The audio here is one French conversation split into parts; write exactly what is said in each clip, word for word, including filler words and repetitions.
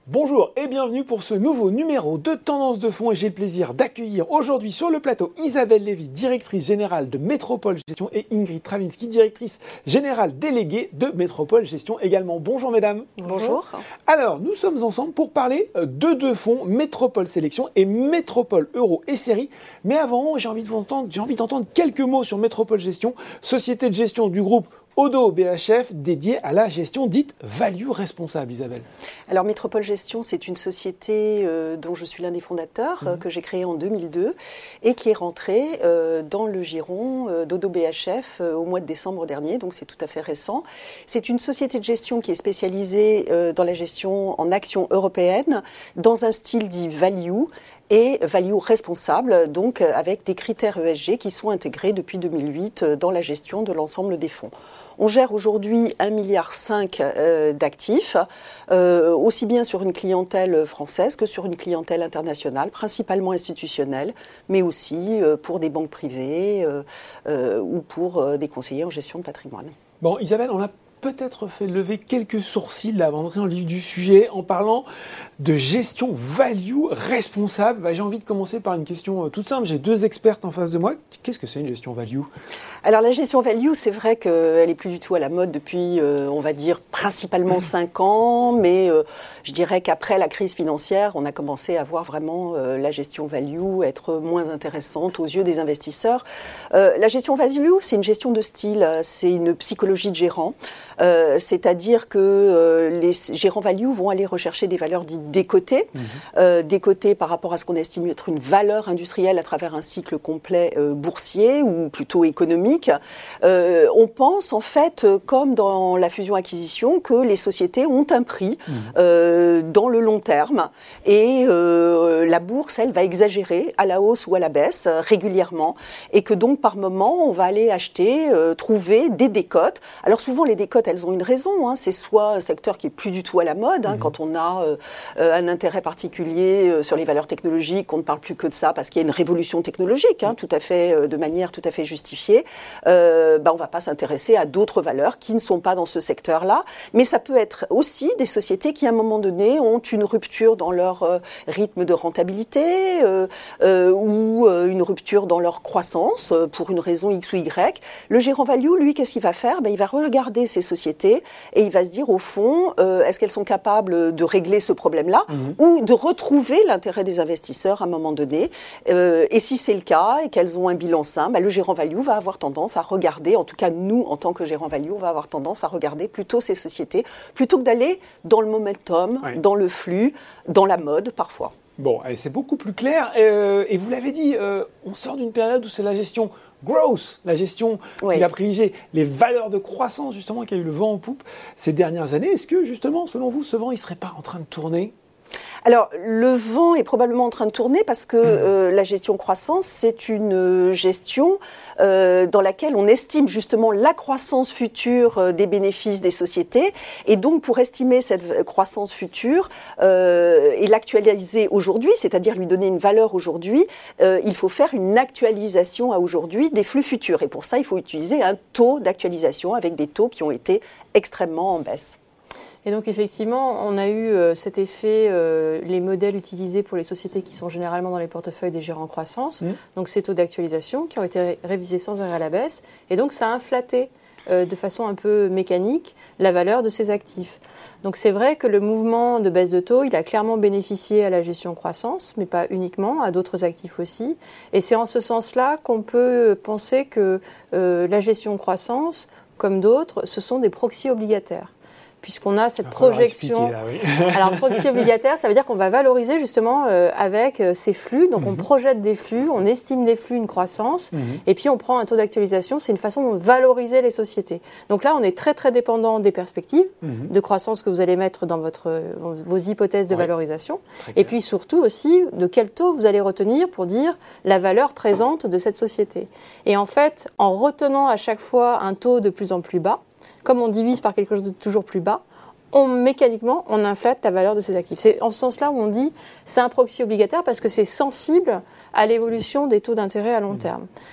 Bonjour et bienvenue pour ce nouveau numéro de Tendance de Fonds et j'ai le plaisir d'accueillir aujourd'hui sur le plateau Isabelle Lévy, directrice générale de Métropole Gestion et Ingrid Travinski, directrice générale déléguée de Métropole Gestion également. Bonjour mesdames. Bonjour. Alors nous sommes ensemble pour parler de deux fonds, Métropole Sélection et Métropole Euro et Série. Mais avant, j'ai envie de vous entendre, j'ai envie d'entendre quelques mots sur Métropole Gestion, société de gestion du groupe Odo B H F dédiée à la gestion dite value responsable, Isabelle. Alors Métropole Gestion, c'est une société euh, dont je suis l'un des fondateurs, mmh. euh, que j'ai créée en deux mille deux et qui est rentrée euh, dans le giron euh, d'Odo B H F euh, au mois de décembre dernier, donc c'est tout à fait récent. C'est une société de gestion qui est spécialisée euh, dans la gestion en actions européennes, dans un style dit value, et value responsable, donc avec des critères E S G qui sont intégrés depuis deux mille huit dans la gestion de l'ensemble des fonds. On gère aujourd'hui un virgule cinq milliard euh, d'actifs, euh, aussi bien sur une clientèle française que sur une clientèle internationale, principalement institutionnelle, mais aussi euh, pour des banques privées euh, euh, ou pour euh, des conseillers en gestion de patrimoine. Bon, Isabelle, on a peut-être fait lever quelques sourcils là, avant d'entrer dans le vif du sujet en parlant de gestion value responsable. Bah, j'ai envie de commencer par une question euh, toute simple. J'ai deux expertes en face de moi. Qu'est-ce que c'est une gestion value ? Alors la gestion value, c'est vrai qu'elle n'est plus du tout à la mode depuis, euh, on va dire, principalement cinq ans, mais euh, je dirais qu'après la crise financière, on a commencé à voir vraiment euh, la gestion value être moins intéressante aux yeux des investisseurs. Euh, la gestion value, c'est une gestion de style, c'est une psychologie de gérant, euh, c'est-à-dire que euh, les gérants value vont aller rechercher des valeurs dites décotées, mmh. euh, décotées par rapport à ce qu'on estime être une valeur industrielle à travers un cycle complet euh, boursier ou plutôt économique. Euh, on pense en fait, comme dans la fusion-acquisition, que les sociétés ont un prix mmh. euh, dans le long terme et euh, la bourse, elle, va exagérer à la hausse ou à la baisse euh, régulièrement et que donc par moment, on va aller acheter, euh, trouver des décotes. Alors souvent, les décotes, elles ont une raison. Hein. C'est soit un secteur qui est plus du tout à la mode, hein, mmh. quand on a euh, un intérêt particulier euh, sur les valeurs technologiques, on ne parle plus que de ça parce qu'il y a une révolution technologique, hein, mmh. tout à fait, euh, de manière tout à fait justifiée. Euh, bah on ne va pas s'intéresser à d'autres valeurs qui ne sont pas dans ce secteur-là. Mais ça peut être aussi des sociétés qui, à un moment donné, ont une rupture dans leur euh, rythme de rentabilité euh, euh, ou euh, une rupture dans leur croissance euh, pour une raison X ou Y. Le gérant value, lui, qu'est-ce qu'il va faire ? Ben, il va regarder ces sociétés et il va se dire, au fond, euh, est-ce qu'elles sont capables de régler ce problème-là mmh. ou de retrouver l'intérêt des investisseurs à un moment donné euh, Et si c'est le cas et qu'elles ont un bilan sain, ben, le gérant value va avoir tendance à regarder, en tout cas nous, en tant que gérant value, on va avoir tendance à regarder plutôt ces sociétés, plutôt que d'aller dans le momentum, oui. dans le flux, dans la mode parfois. Bon, allez, c'est beaucoup plus clair. Euh, et vous l'avez dit, euh, on sort d'une période où c'est la gestion growth, la gestion oui. qui va privilégier les valeurs de croissance, justement, qui a eu le vent en poupe ces dernières années. Est-ce que, justement, selon vous, ce vent, il ne serait pas en train de tourner ? Alors, le vent est probablement en train de tourner parce que euh, la gestion croissance, c'est une gestion euh, dans laquelle on estime justement la croissance future euh, des bénéfices des sociétés. Et donc, pour estimer cette croissance future euh, et l'actualiser aujourd'hui, c'est-à-dire lui donner une valeur aujourd'hui, euh, il faut faire une actualisation à aujourd'hui des flux futurs. Et pour ça, il faut utiliser un taux d'actualisation avec des taux qui ont été extrêmement en baisse. Et donc effectivement, on a eu euh, cet effet, euh, les modèles utilisés pour les sociétés qui sont généralement dans les portefeuilles des gérants croissance, mmh. donc ces taux d'actualisation qui ont été ré- révisés sans arrêt à la baisse, et donc ça a inflaté euh, de façon un peu mécanique la valeur de ces actifs. Donc c'est vrai que le mouvement de baisse de taux, il a clairement bénéficié à la gestion croissance, mais pas uniquement, à d'autres actifs aussi. Et c'est en ce sens-là qu'on peut penser que euh, la gestion croissance, comme d'autres, ce sont des proxys obligataires. Puisqu'on a cette projection. Là, oui. Alors, proxy obligataire, ça veut dire qu'on va valoriser justement euh, avec euh, ces flux. Donc, mm-hmm. on projette des flux, on estime des flux, une croissance, mm-hmm. et puis on prend un taux d'actualisation. C'est une façon de valoriser les sociétés. Donc là, on est très, très dépendant des perspectives mm-hmm. de croissance que vous allez mettre dans votre, vos hypothèses de ouais. valorisation. Et puis surtout aussi, de quel taux vous allez retenir pour dire la valeur présente de cette société. Et en fait, en retenant à chaque fois un taux de plus en plus bas, comme on divise par quelque chose de toujours plus bas, on, mécaniquement, on inflate la valeur de ces actifs. C'est en ce sens-là où on dit c'est un proxy obligataire parce que c'est sensible à l'évolution des taux d'intérêt à long terme.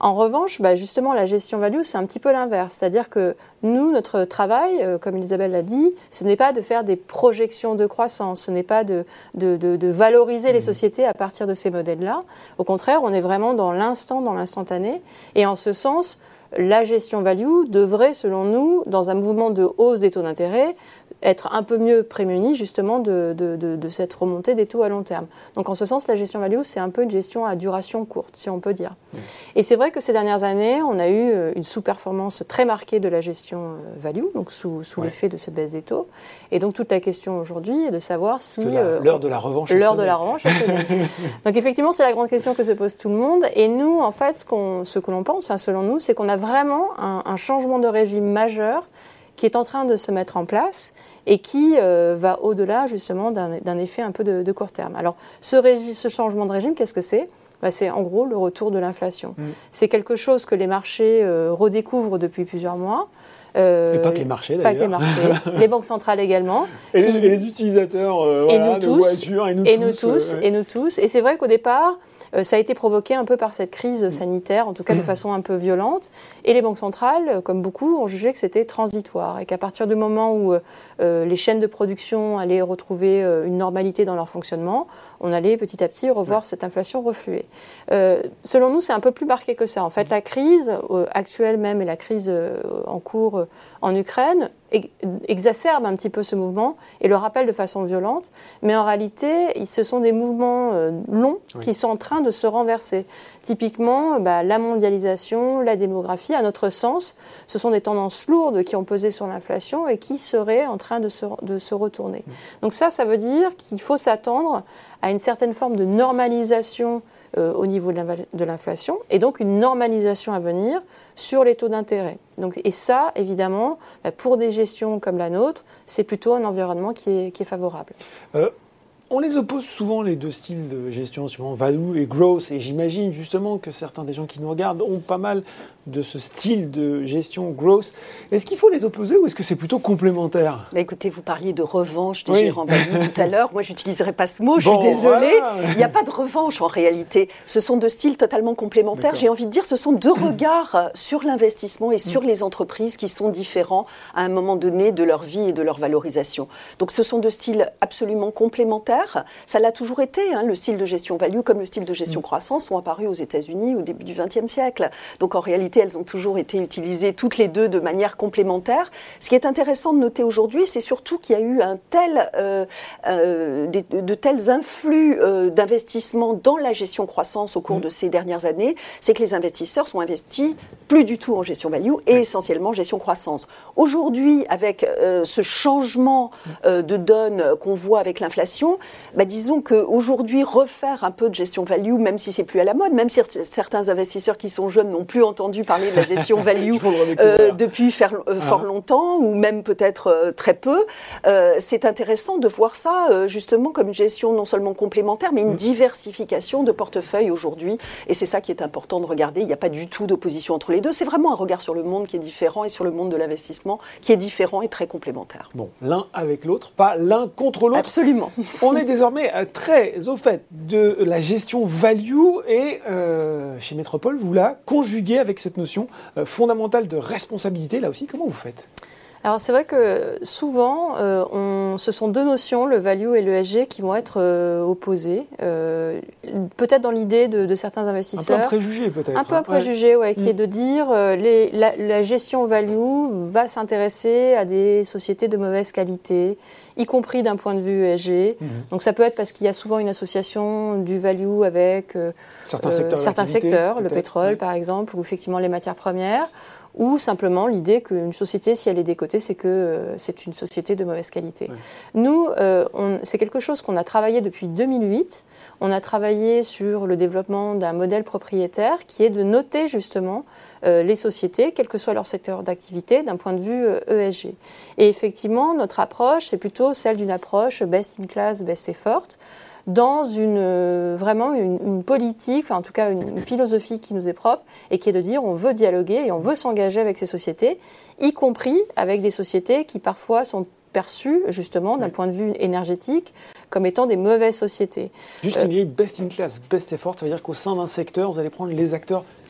En revanche, bah justement, la gestion value, c'est un petit peu l'inverse. C'est-à-dire que nous, notre travail, euh, comme Isabelle l'a dit, ce n'est pas de faire des projections de croissance, ce n'est pas de, de, de, de valoriser mmh. les sociétés à partir de ces modèles-là. Au contraire, on est vraiment dans l'instant, dans l'instantané. Et en ce sens, la gestion value devrait, selon nous, dans un mouvement de hausse des taux d'intérêt, être un peu mieux prémunie justement de, de, de, de cette remontée des taux à long terme. Donc en ce sens, la gestion value, c'est un peu une gestion à duration courte, si on peut dire. Mmh. Et c'est vrai que ces dernières années, on a eu une sous-performance très marquée de la gestion value, donc sous, sous ouais. l'effet de cette baisse des taux. Et donc toute la question aujourd'hui est de savoir si... La, euh, l'heure de la revanche. L'heure de la revanche. Donc effectivement, c'est la grande question que se pose tout le monde. Et nous, en fait, ce, qu'on, ce que l'on pense, enfin selon nous, c'est qu'on a vraiment un, un changement de régime majeur qui est en train de se mettre en place et qui euh, va au-delà justement d'un, d'un effet un peu de, de court terme. Alors ce, régi- ce changement de régime, qu'est-ce que c'est ? Bah, c'est en gros le retour de l'inflation. Mmh. C'est quelque chose que les marchés euh, redécouvrent depuis plusieurs mois. Euh, et pas que les marchés d'ailleurs. Pas que les marchés, les banques centrales également. Et, qui... les, et les utilisateurs euh, et voilà, nous de tous, voitures, et nous et tous. Nous tous euh, et nous tous. Et c'est vrai qu'au départ, euh, ça a été provoqué un peu par cette crise sanitaire, en tout cas de façon un peu violente. Et les banques centrales, comme beaucoup, ont jugé que c'était transitoire et qu'à partir du moment où euh, les chaînes de production allaient retrouver euh, une normalité dans leur fonctionnement, on allait petit à petit revoir ouais. cette inflation refluer. Euh, selon nous, c'est un peu plus marqué que ça. En fait, la crise euh, actuelle même et la crise euh, en cours euh, en Ukraine exacerbe un petit peu ce mouvement et le rappelle de façon violente. Mais en réalité, ce sont des mouvements euh, longs oui. qui sont en train de se renverser. Typiquement, bah, la mondialisation, la démographie, à notre sens, ce sont des tendances lourdes qui ont pesé sur l'inflation et qui seraient en train de se, de se retourner. Mmh. Donc ça, ça veut dire qu'il faut s'attendre à une certaine forme de normalisation euh, au niveau de l'inflation et donc une normalisation à venir sur les taux d'intérêt. Donc, et ça, évidemment, bah, pour des gestions comme la nôtre, c'est plutôt un environnement qui est, qui est favorable. Euh, on les oppose souvent, les deux styles de gestion, sûrement value et growth, et j'imagine justement que certains des gens qui nous regardent ont pas mal de ce style de gestion growth. Est-ce qu'il faut les opposer ou est-ce que c'est plutôt complémentaire ? Bah écoutez, vous parliez de revanche des oui. gérants value tout à l'heure. Moi, je n'utiliserai pas ce mot, je bon, suis désolée. Voilà. Il n'y a pas de revanche en réalité. Ce sont deux styles totalement complémentaires. D'accord. J'ai envie de dire, ce sont deux regards sur l'investissement et sur mmh. les entreprises qui sont différents à un moment donné de leur vie et de leur valorisation. Donc, ce sont deux styles absolument complémentaires. Ça l'a toujours été. Hein. Le style de gestion value comme le style de gestion mmh. croissance sont apparus aux États-Unis au début du vingtième siècle. Donc, en réalité, elles ont toujours été utilisées toutes les deux de manière complémentaire. Ce qui est intéressant de noter aujourd'hui, c'est surtout qu'il y a eu un tel, euh, euh, des, de tels influx euh, d'investissement dans la gestion croissance au cours mmh. de ces dernières années, c'est que les investisseurs sont investis plus du tout en gestion value et essentiellement en gestion croissance. Aujourd'hui, avec euh, ce changement euh, de donne qu'on voit avec l'inflation, bah, disons qu'aujourd'hui, refaire un peu de gestion value, même si c'est plus à la mode, même si certains investisseurs qui sont jeunes n'ont plus entendu parler de la gestion value euh, depuis faire, euh, ah. fort longtemps, ou même peut-être euh, très peu, euh, c'est intéressant de voir ça euh, justement comme une gestion non seulement complémentaire, mais une mmh. diversification de portefeuille aujourd'hui. Et c'est ça qui est important de regarder. Il n'y a pas du tout d'opposition entre les deux. C'est vraiment un regard sur le monde qui est différent et sur le monde de l'investissement qui est différent et très complémentaire. Bon, l'un avec l'autre, pas l'un contre l'autre. Absolument. On est désormais très au fait de la gestion value et euh, chez Métropole, vous la conjuguez avec cette notion euh, fondamentale de responsabilité. Là aussi, comment vous faites ? Alors c'est vrai que souvent, euh, on, ce sont deux notions, le value et le E S G, qui vont être euh, opposées. Euh, peut-être dans l'idée de, de certains investisseurs. Un peu un préjugé peut-être. Un peu un préjugé, ouais, ouais qui mmh. est de dire euh, les, la, la gestion value va s'intéresser à des sociétés de mauvaise qualité, y compris d'un point de vue E S G. Mmh. Donc ça peut être parce qu'il y a souvent une association du value avec euh, certains secteurs, euh, certains secteurs le pétrole oui. par exemple, ou effectivement les matières premières. Ou simplement l'idée qu'une société, si elle est décotée, c'est que euh, c'est une société de mauvaise qualité. Oui. Nous, euh, on, c'est quelque chose qu'on a travaillé depuis deux mille huit. On a travaillé sur le développement d'un modèle propriétaire qui est de noter justement euh, les sociétés, quel que soit leur secteur d'activité, d'un point de vue euh, E S G. Et effectivement, notre approche, c'est plutôt celle d'une approche best in class, best effort, dans une, euh, vraiment une, une politique, enfin en tout cas une, une philosophie qui nous est propre et qui est de dire on veut dialoguer et on veut s'engager avec ces sociétés, y compris avec des sociétés qui parfois sont perçues justement d'un oui. point de vue énergétique comme étant des mauvaises sociétés. Juste euh, une grille best in class, best effort, ça veut dire qu'au sein d'un secteur, vous allez prendre les acteurs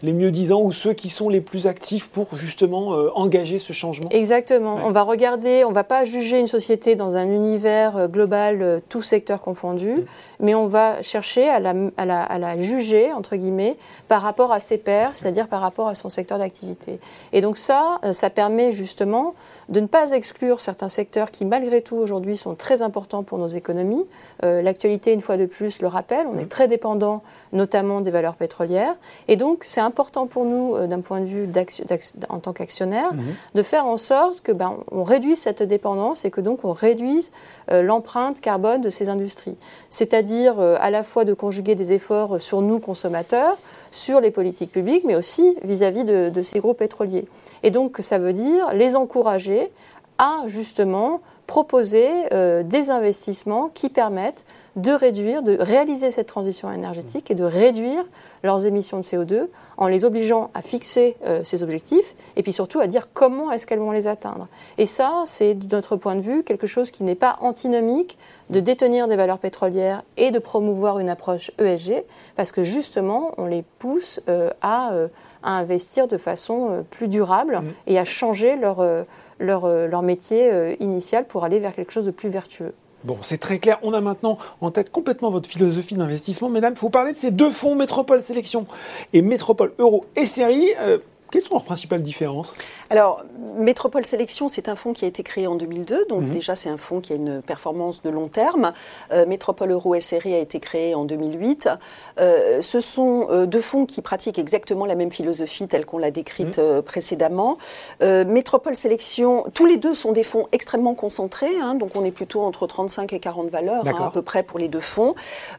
les mieux-disants ou ceux qui sont les plus actifs pour justement euh, engager ce changement. Exactement. Ouais. On va regarder, on ne va pas juger une société dans un univers euh, global, euh, tout secteur confondu, mmh. mais on va chercher à la, à, la, à la juger, entre guillemets, par rapport à ses pairs, c'est-à-dire par rapport à son secteur d'activité. Et donc ça, euh, ça permet justement de ne pas exclure certains secteurs qui, malgré tout, aujourd'hui, sont très importants pour nos économies. Euh, l'actualité, une fois de plus, le rappelle. On mmh. est très dépendant, notamment des valeurs pétrolières. Et donc, c'est important pour nous, euh, d'un point de vue en tant qu'actionnaire, mmh. de faire en sorte que ben, on réduise cette dépendance et que donc on réduise euh, l'empreinte carbone de ces industries. C'est-à-dire euh, à la fois de conjuguer des efforts sur nous, consommateurs, sur les politiques publiques, mais aussi vis-à-vis de, de ces gros pétroliers. Et donc, ça veut dire les encourager à, justement, proposer euh, des investissements qui permettent de réduire, de réaliser cette transition énergétique et de réduire leurs émissions de C O deux en les obligeant à fixer euh, ces objectifs et puis surtout à dire comment est-ce qu'elles vont les atteindre. Et ça, c'est de notre point de vue quelque chose qui n'est pas antinomique de détenir des valeurs pétrolières et de promouvoir une approche E S G parce que justement, on les pousse euh, à, euh, à investir de façon euh, plus durable mmh. et à changer leur, euh, leur, euh, leur métier euh, initial pour aller vers quelque chose de plus vertueux. Bon, c'est très clair. On a maintenant en tête complètement votre philosophie d'investissement. Mesdames, il faut parler de ces deux fonds, Métropole Sélection et Métropole Euro et Série. Euh, quelles sont leurs principales différences ? Alors, Métropole Sélection, c'est un fonds qui a été créé en deux mille deux. Donc, mmh. déjà, c'est un fonds qui a une performance de long terme. Euh, Métropole Euro et Série a été créé en deux mille huit. Euh, ce sont euh, deux fonds qui pratiquent exactement la même philosophie telle qu'on l'a décrite mmh. euh, précédemment. Euh, Métropole Sélection, tous les deux sont des fonds extrêmement concentrés. Hein, donc, on est plutôt entre trente-cinq et quarante valeurs hein, à peu près pour les deux fonds.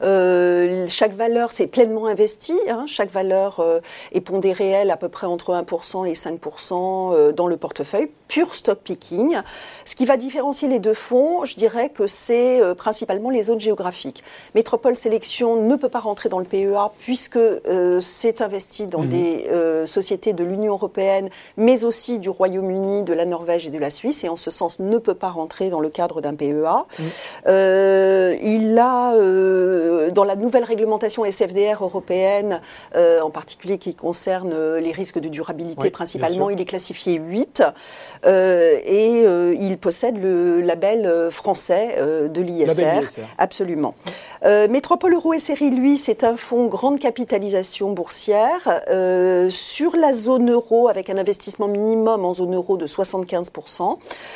Euh, chaque valeur, c'est pleinement investi. Hein, chaque valeur euh, est pondérée, elle, à peu près entre un pour cent et cinq pour cent euh, dans le portefeuille, pure stock picking. Ce qui va différencier les deux fonds, je dirais que c'est euh, principalement les zones géographiques. Métropole Sélection ne peut pas rentrer dans le P E A puisque euh, c'est investi dans mmh. des euh, sociétés de l'Union européenne, mais aussi du Royaume-Uni, de la Norvège et de la Suisse, et en ce sens ne peut pas rentrer dans le cadre d'un P E A. Mmh. Euh, il a, euh, dans la nouvelle réglementation S F D R européenne, euh, en particulier qui concerne euh, les risques de durabilité oui, principalement, il est classifié huit. Euh, et euh, il possède le label français euh, de l'I S R. Absolument. Euh, Métropole Euro et Série, lui, c'est un fonds grande capitalisation boursière euh, sur la zone euro avec un investissement minimum en zone euro de soixante-quinze pour cent.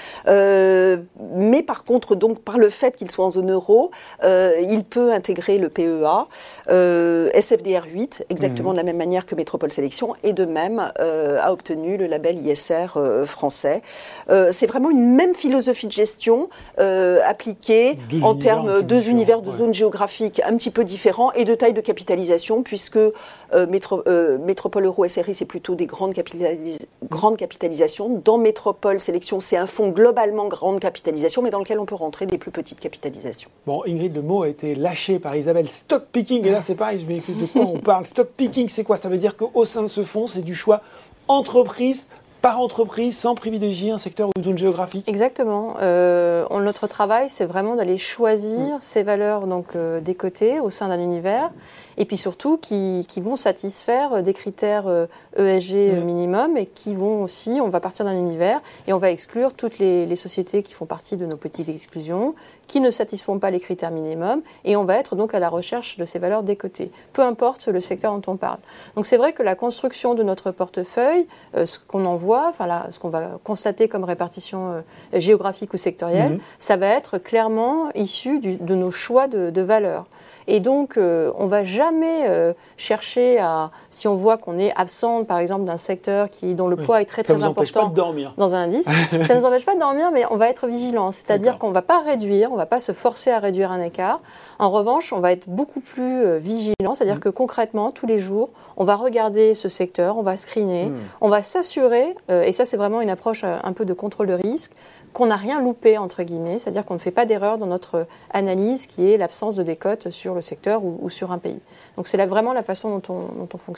Euh, mais par contre, donc par le fait qu'il soit en zone euro, euh, il peut intégrer le P E A, euh, S F D R huit, exactement mmh. de la même manière que Métropole Sélection, et de même euh, a obtenu le label I S R euh, français. Euh, c'est vraiment une même philosophie de gestion euh, appliquée deux en termes deux univers de ouais. zones géographiques un petit peu différents et de taille de capitalisation, puisque euh, métro, euh, Métropole Euro S R I, c'est plutôt des grandes, capitalis- grandes capitalisations. Dans Métropole Sélection, c'est un fonds globalement grande capitalisation, mais dans lequel on peut rentrer des plus petites capitalisations. Bon, Ingrid, le mot a été lâché par Isabelle. Stock picking, et là c'est pareil, je m'explique de quoi on parle. Stock picking, c'est quoi ? Ça veut dire qu'au sein de ce fonds, c'est du choix entreprise par entreprise, sans privilégier un secteur ou une zone géographique ? Exactement. Euh, on, notre travail, c'est vraiment d'aller choisir mmh. ces valeurs donc, euh, des côtés au sein d'un univers, et puis surtout qui, qui vont satisfaire des critères euh, E S G mmh. minimum, et qui vont aussi, on va partir d'un univers, et on va exclure toutes les, les sociétés qui font partie de nos petites exclusions, qui ne satisfont pas les critères minimums, et on va être donc à la recherche de ces valeurs des côtés, peu importe le secteur dont on parle. Donc c'est vrai que la construction de notre portefeuille, euh, ce qu'on en voit, enfin là, ce qu'on va constater comme répartition euh, géographique ou sectorielle, mmh. ça va être clairement issu du, de nos choix de, de valeurs. Et donc, euh, on ne va jamais euh, chercher à, si on voit qu'on est absent, par exemple, d'un secteur qui, dont le oui. poids est très, ça très important dans un indice, ça ne nous empêche pas de dormir, mais on va être vigilant. C'est-à-dire D'accord. qu'on ne va pas réduire, on ne va pas se forcer à réduire un écart. En revanche, on va être beaucoup plus euh, vigilant, c'est-à-dire mmh. que concrètement, tous les jours, on va regarder ce secteur, on va screener, mmh. on va s'assurer, euh, et ça c'est vraiment une approche euh, un peu de contrôle de risque, qu'on n'a rien loupé, entre guillemets, c'est-à-dire qu'on ne fait pas d'erreur dans notre analyse qui est l'absence de décote sur le secteur ou, ou sur un pays. Donc c'est là vraiment la façon dont on, dont on fonctionne.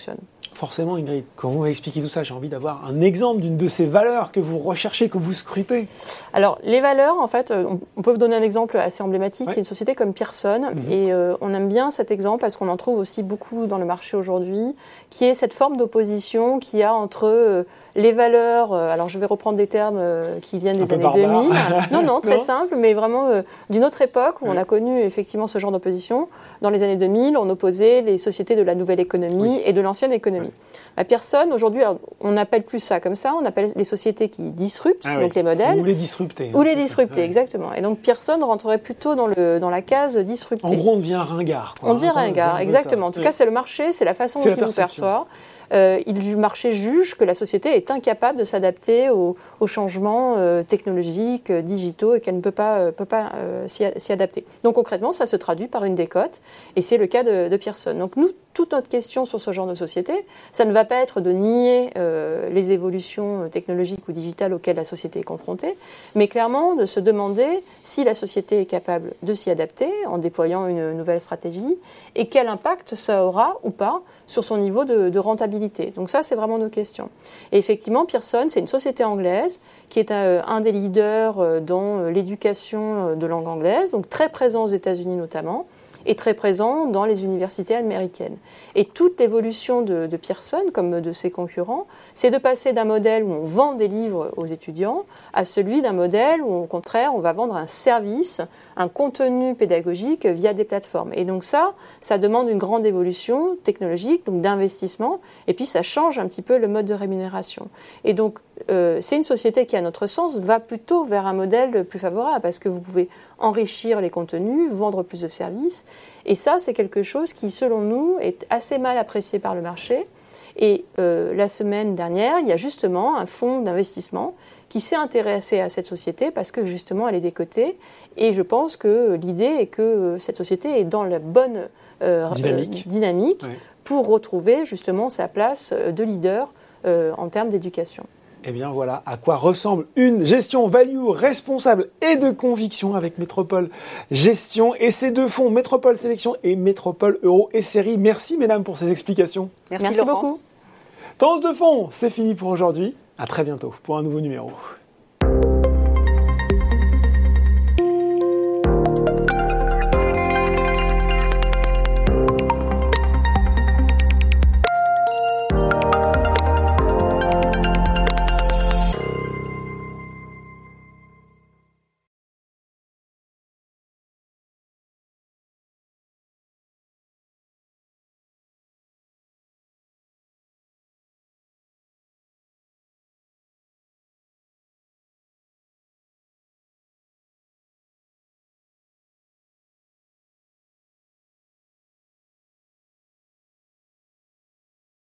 Forcément, Ingrid, quand vous m'expliquez tout ça, j'ai envie d'avoir un exemple d'une de ces valeurs que vous recherchez, que vous scrutez. Alors, les valeurs, en fait, on peut vous donner un exemple assez emblématique. Ouais. Il y a une société comme Pearson, mmh. et euh, on aime bien cet exemple parce qu'on en trouve aussi beaucoup dans le marché aujourd'hui, qui est cette forme d'opposition qu'il y a entre euh, les valeurs, euh, alors je vais reprendre des termes euh, qui viennent des un années peu deux mille. Non, non, très non. simple, mais vraiment euh, d'une autre époque où ouais. on a connu effectivement ce genre d'opposition. Dans les années deux mille, on opposait les sociétés de la nouvelle économie oui. et de l'ancienne économie. Ouais. À Pearson, aujourd'hui, on n'appelle plus ça comme ça, on appelle les sociétés qui disruptent, ah donc oui. les modèles. Ou les disrupter. Ou hein, les disrupter, ouais. exactement. Et donc Pearson rentrerait plutôt dans, le, dans la case disrupter. En gros, on devient ringard. Quoi, on devient hein, ringard, exactement. En tout oui. cas, c'est le marché, c'est la façon dont il nous perçoit. Euh, le marché juge que la société est incapable de s'adapter aux, aux changements euh, technologiques, euh, digitaux, et qu'elle ne peut pas, euh, peut pas euh, s'y, s'y adapter. Donc concrètement, ça se traduit par une décote, et c'est le cas de, de Pearson. Donc nous, toute notre question sur ce genre de société, ça ne va pas être de nier euh, les évolutions technologiques ou digitales auxquelles la société est confrontée, mais clairement de se demander si la société est capable de s'y adapter en déployant une nouvelle stratégie, et quel impact ça aura ou pas sur son niveau de, de rentabilité. Donc ça, c'est vraiment nos questions. Et effectivement, Pearson, c'est une société anglaise qui est un, un des leaders dans l'éducation de langue anglaise, donc très présent aux États-Unis notamment, et très présent dans les universités américaines. Et toute l'évolution de, de Pearson, comme de ses concurrents, c'est de passer d'un modèle où on vend des livres aux étudiants à celui d'un modèle où, au contraire, on va vendre un service, un contenu pédagogique via des plateformes. Et donc ça, ça demande une grande évolution technologique, donc d'investissement, et puis ça change un petit peu le mode de rémunération. Et donc, euh, c'est une société qui, à notre sens, va plutôt vers un modèle plus favorable, parce que vous pouvez enrichir les contenus, vendre plus de services. Et ça, c'est quelque chose qui, selon nous, est assez mal apprécié par le marché. Et euh, la semaine dernière, il y a justement un fonds d'investissement qui s'est intéressé à cette société parce que, justement, elle est décotée. Et je pense que l'idée est que cette société est dans la bonne euh, dynamique, euh, dynamique ouais. pour retrouver, justement, sa place de leader euh, en termes d'éducation. Eh bien voilà à quoi ressemble une gestion value responsable et de conviction avec Métropole Gestion et ces deux fonds, Métropole Sélection et Métropole Euro et Série. Merci mesdames pour ces explications. Merci, Merci beaucoup. Tendance de fond, c'est fini pour aujourd'hui. À très bientôt pour un nouveau numéro.